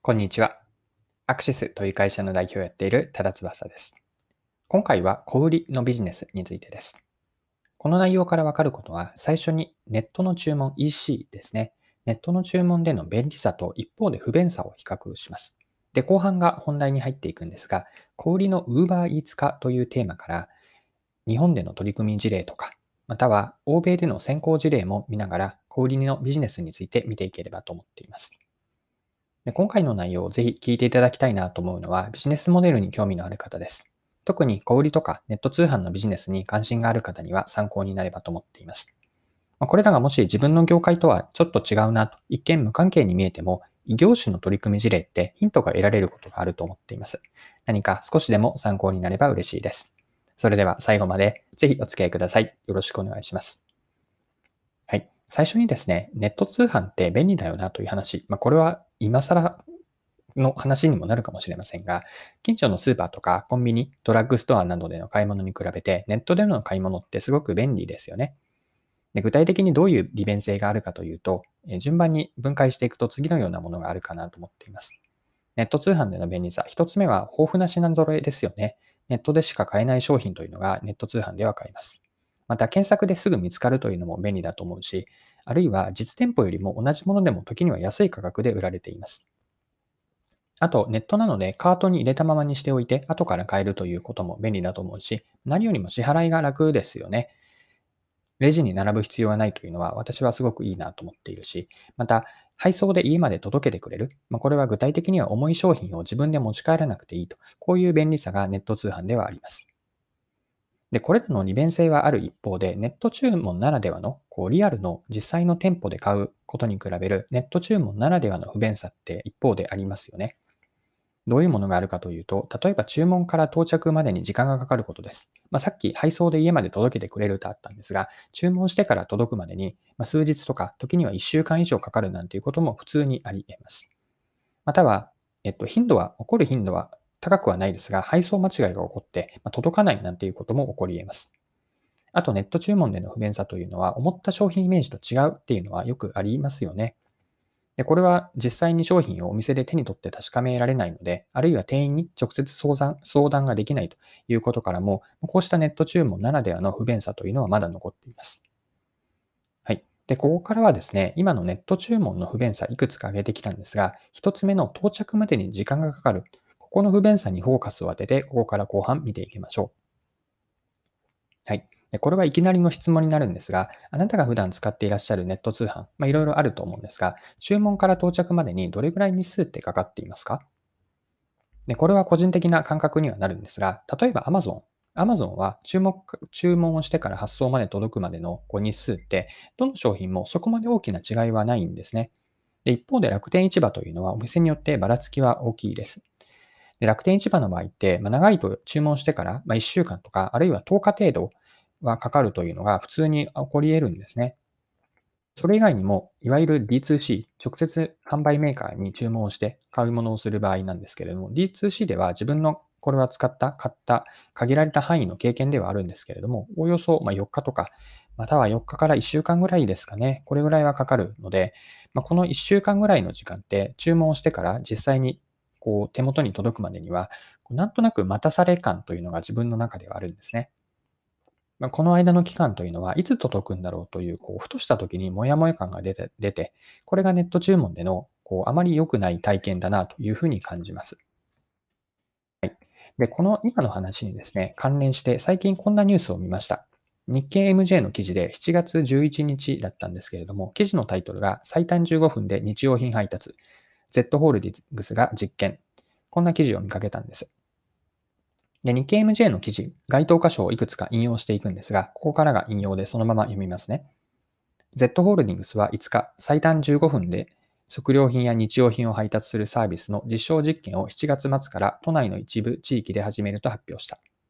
こんにちは。アクシスという会社の代表をやっている多田翼です。今回は小売りのビジネスについてです。この内容からわかることは、最初にネットの注文 EC ですね。ネットの注文での便利さと一方で不便さを比較します。で、後半が本題に入っていくんですが、小売りの Uber Eats 化というテーマから、日本での取り組み事例とか、または欧米での先行事例も見ながら、小売りのビジネスについて見ていければと思っています。で、今回の内容をぜひ聞いていただきたいなと思うのは、ビジネスモデルに興味のある方です。特に小売りとかネット通販のビジネスに関心がある方には参考になればと思っています。これらがもし自分の業界とはちょっと違うなと、一見無関係に見えても、異業種の取り組み事例ってヒントが得られることがあると思っています。何か少しでも参考になれば嬉しいです。それでは最後までぜひお付き合いください。よろしくお願いします。はい。最初にですね、ネット通販って便利だよなという話。これは今更の話にもなるかもしれませんが、近所のスーパーとかコンビニ、ドラッグストアなどでの買い物に比べて、ネットでの買い物ってすごく便利ですよね。で、具体的にどういう利便性があるかというと、順番に分解していくと次のようなものがあるかなと思っています。ネット通販での便利さ、一つ目は豊富な品揃えですよね。ネットでしか買えない商品というのがネット通販では買えます。また検索ですぐ見つかるというのも便利だと思うし、あるいは実店舗よりも同じものでも時には安い価格で売られています。あと、ネットなのでカートに入れたままにしておいて、後から買えるということも便利だと思うし、何よりも支払いが楽ですよね。レジに並ぶ必要がないというのは私はすごくいいなと思っているし、また、配送で家まで届けてくれる。これは具体的には重い商品を自分で持ち帰らなくていいと。こういう便利さがネット通販ではあります。で、これらの利便性はある一方で、ネット注文ならではの、リアルの実際の店舗で買うことに比べるネット注文ならではの不便さって一方でありますよね。どういうものがあるかというと、例えば注文から到着までに時間がかかることです。さっき配送で家まで届けてくれるとあったんですが、注文してから届くまでに、数日とか、時には1週間以上かかるなんていうことも普通にあり得ます。または、起こる頻度は高くはないですが、配送間違いが起こって、届かないなんていうことも起こり得ます。あと、ネット注文での不便さというのは、思った商品イメージと違うっていうのはよくありますよね。で、これは実際に商品をお店で手に取って確かめられないので、あるいは店員に直接相談ができないということからも、こうしたネット注文ならではの不便さというのはまだ残っています。はい。で、ここからはですね、今のネット注文の不便さいくつか挙げてきたんですが、一つ目の到着までに時間がかかる。ここの不便さにフォーカスを当てて、ここから後半見ていきましょう。はい。で、これはいきなりの質問になるんですが、あなたが普段使っていらっしゃるネット通販、いろいろあると思うんですが、注文から到着までにどれぐらい日数ってかかっていますか？で、これは個人的な感覚にはなるんですが、例えば Amazon。Amazon は注文をしてから発送まで届くまでの日数って、どの商品もそこまで大きな違いはないんですね。で、一方で楽天市場というのはお店によってばらつきは大きいです。で、楽天市場の場合って、長いと注文してから、1週間とか、あるいは10日程度はかかるというのが普通に起こり得るんですね。それ以外にも、いわゆる D2C、直接販売メーカーに注文をして買い物をする場合なんですけれども、D2C では自分のこれは買った、限られた範囲の経験ではあるんですけれども、おおよそ4日とか、または4日から1週間ぐらいですかね。これぐらいはかかるので、この1週間ぐらいの時間って注文をしてから実際に手元に届くまでには、なんとなく待たされ感というのが自分の中ではあるんですね。この間の期間というのはいつ届くんだろうという、ふとした時にモヤモヤ感が出て、これがネット注文での、あまり良くない体験だなというふうに感じます。で、この今の話にですね、関連して最近こんなニュースを見ました。日経 MJ の記事で7月11日だったんですけれども、記事のタイトルが最短15分で日用品配達、Z ホールディングスが実験。こんな記事を見かけたんです。で、日経 MJ の記事、該当箇所をいくつか引用していくんですが、ここからが引用でそのまま読みますね。Z ホールディングスは5日、最短15分で食料品や日用品を配達するサービスの実証実験を7月末から都内の一部地域で始めると発表した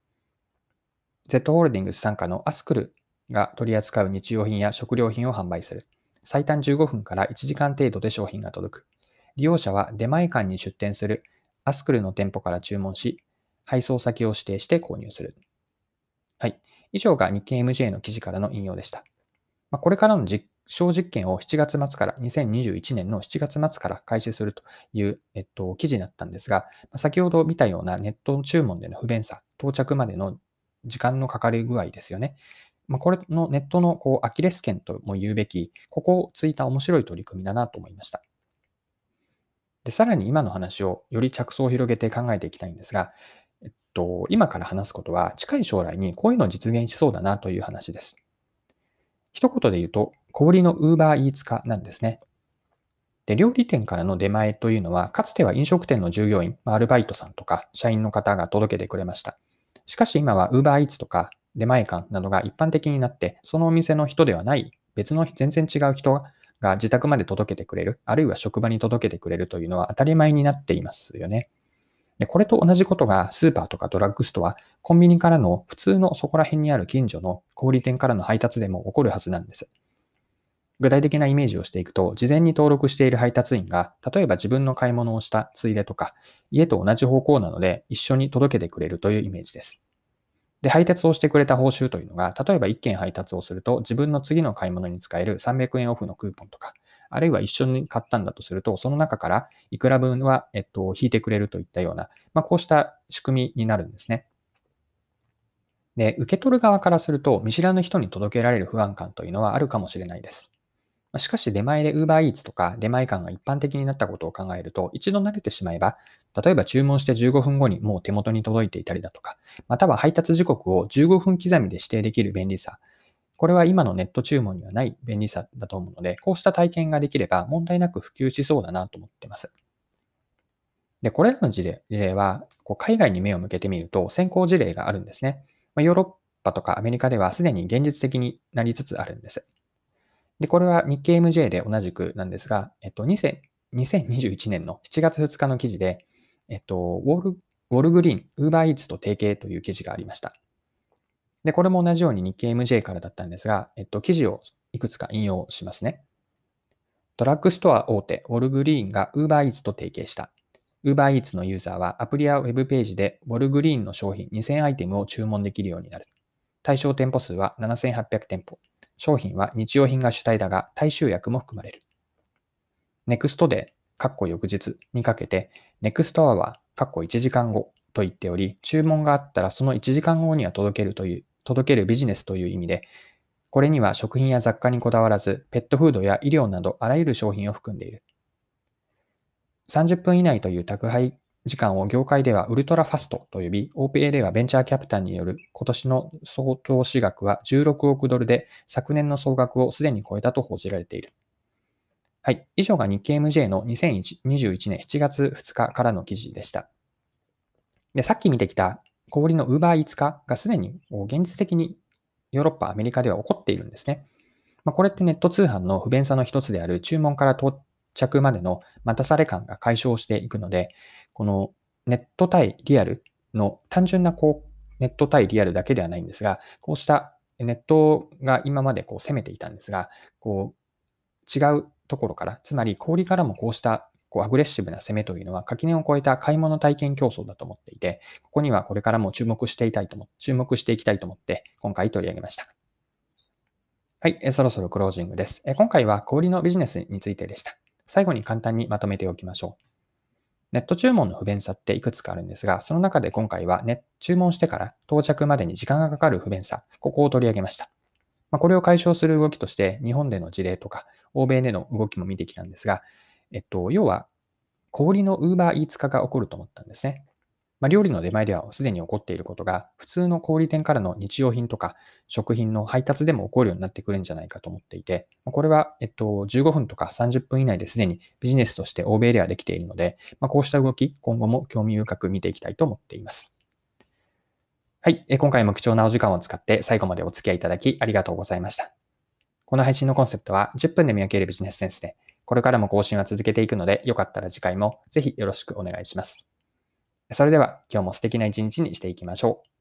。Z ホールディングス傘下のアスクルが取り扱う日用品や食料品を販売する。最短15分から1時間程度で商品が届く。利用者は出前館に出店するアスクルの店舗から注文し、配送先を指定して購入する。はい。以上が日経 MJ の記事からの引用でした。これからの小実験を7月末から、2021年の7月末から開始するという、記事だったんですが、先ほど見たようなネット注文での不便さ、到着までの時間のかかり具合ですよね。これのネットのアキレス腱とも言うべき、ここをついた面白い取り組みだなと思いました。で、さらに今の話をより着想を広げて考えていきたいんですが、今から話すことは近い将来にこういうのを実現しそうだなという話です。一言で言うと、小売りの Uber Eats 化なんですね。で、料理店からの出前というのは、かつては飲食店の従業員、アルバイトさんとか社員の方が届けてくれました。しかし今は Uber Eats とか出前館などが一般的になって、そのお店の人ではない別の全然違う人が自宅まで届けてくれる、あるいは職場に届けてくれるというのは当たり前になっていますよね。で、これと同じことがスーパーとかドラッグストア、コンビニからの普通のそこら辺にある近所の小売店からの配達でも起こるはずなんです。具体的なイメージをしていくと、事前に登録している配達員が、例えば自分の買い物をしたついでとか、家と同じ方向なので一緒に届けてくれるというイメージです。で、配達をしてくれた報酬というのが、例えば1件配達をすると、自分の次の買い物に使える300円オフのクーポンとか、あるいは一緒に買ったんだとすると、その中からいくら分は、引いてくれるといったような、こうした仕組みになるんですね。で、受け取る側からすると、見知らぬ人に届けられる不安感というのはあるかもしれないです。しかし出前で Uber Eats とか出前館が一般的になったことを考えると、一度慣れてしまえば、例えば注文して15分後にもう手元に届いていたりだとか、または配達時刻を15分刻みで指定できる便利さ。これは今のネット注文にはない便利さだと思うので、こうした体験ができれば問題なく普及しそうだなと思っています。で、これらの事例は、海外に目を向けてみると先行事例があるんですね。ヨーロッパとかアメリカではすでに現実的になりつつあるんです。で、これは日経 MJ で同じくなんですが、2021年の7月2日の記事で、ウォルグリーン、ウーバーイーツと提携という記事がありました。で、これも同じように日経 MJ からだったんですが、記事をいくつか引用しますね。ドラッグストア大手、ウォルグリーンがウーバーイーツと提携した。ウーバーイーツのユーザーはアプリやウェブページでウォルグリーンの商品2000アイテムを注文できるようになる。対象店舗数は7800店舗。商品は日用品が主体だが、大衆薬も含まれる。ネクストデー、翌日にかけて、ネクストアワー、1時間後と言っており、注文があったらその1時間後には届けるビジネスという意味で、これには食品や雑貨にこだわらず、ペットフードや医療などあらゆる商品を含んでいる。30分以内という宅配時間を業界ではウルトラファストと呼び、OPA ではベンチャーキャピタルによる今年の総投資額は16億ドルで、昨年の総額をすでに超えたと報じられている。はい。以上が日経 MJ の2021年7月2日からの記事でした。で、さっき見てきた小売りの Uber Eats 化がすでに現実的にヨーロッパ、アメリカでは起こっているんですね。これってネット通販の不便さの一つである注文から到着までの待たされ感が解消していくので、このネット対リアルの単純なネット対リアルだけではないんですが、こうしたネットが今まで攻めていたんですが、違うところから、つまり小売からもこうしたアグレッシブな攻めというのは垣根を越えた買い物体験競争だと思っていて、ここにはこれからも注目していきたいと思って今回取り上げました。はい、そろそろクロージングです。今回は小売のビジネスについてでした。最後に簡単にまとめておきましょう。ネット注文の不便さっていくつかあるんですが、その中で今回は注文してから到着までに時間がかかる不便さ、ここを取り上げました。これを解消する動きとして、日本での事例とか、欧米での動きも見てきたんですが、要は、小売の Uber Eats 化が起こると思ったんですね。料理の出前ではすでに起こっていることが、普通の小売店からの日用品とか食品の配達でも起こるようになってくるんじゃないかと思っていて、これは、15分とか30分以内ですでにビジネスとして欧米ではできているので、こうした動き、今後も興味深く見ていきたいと思っています。はい、今回も貴重なお時間を使って最後までお付き合いいただきありがとうございました。この配信のコンセプトは10分で磨けるビジネスセンスで、これからも更新は続けていくので、よかったら次回もぜひよろしくお願いします。それでは今日も素敵な一日にしていきましょう。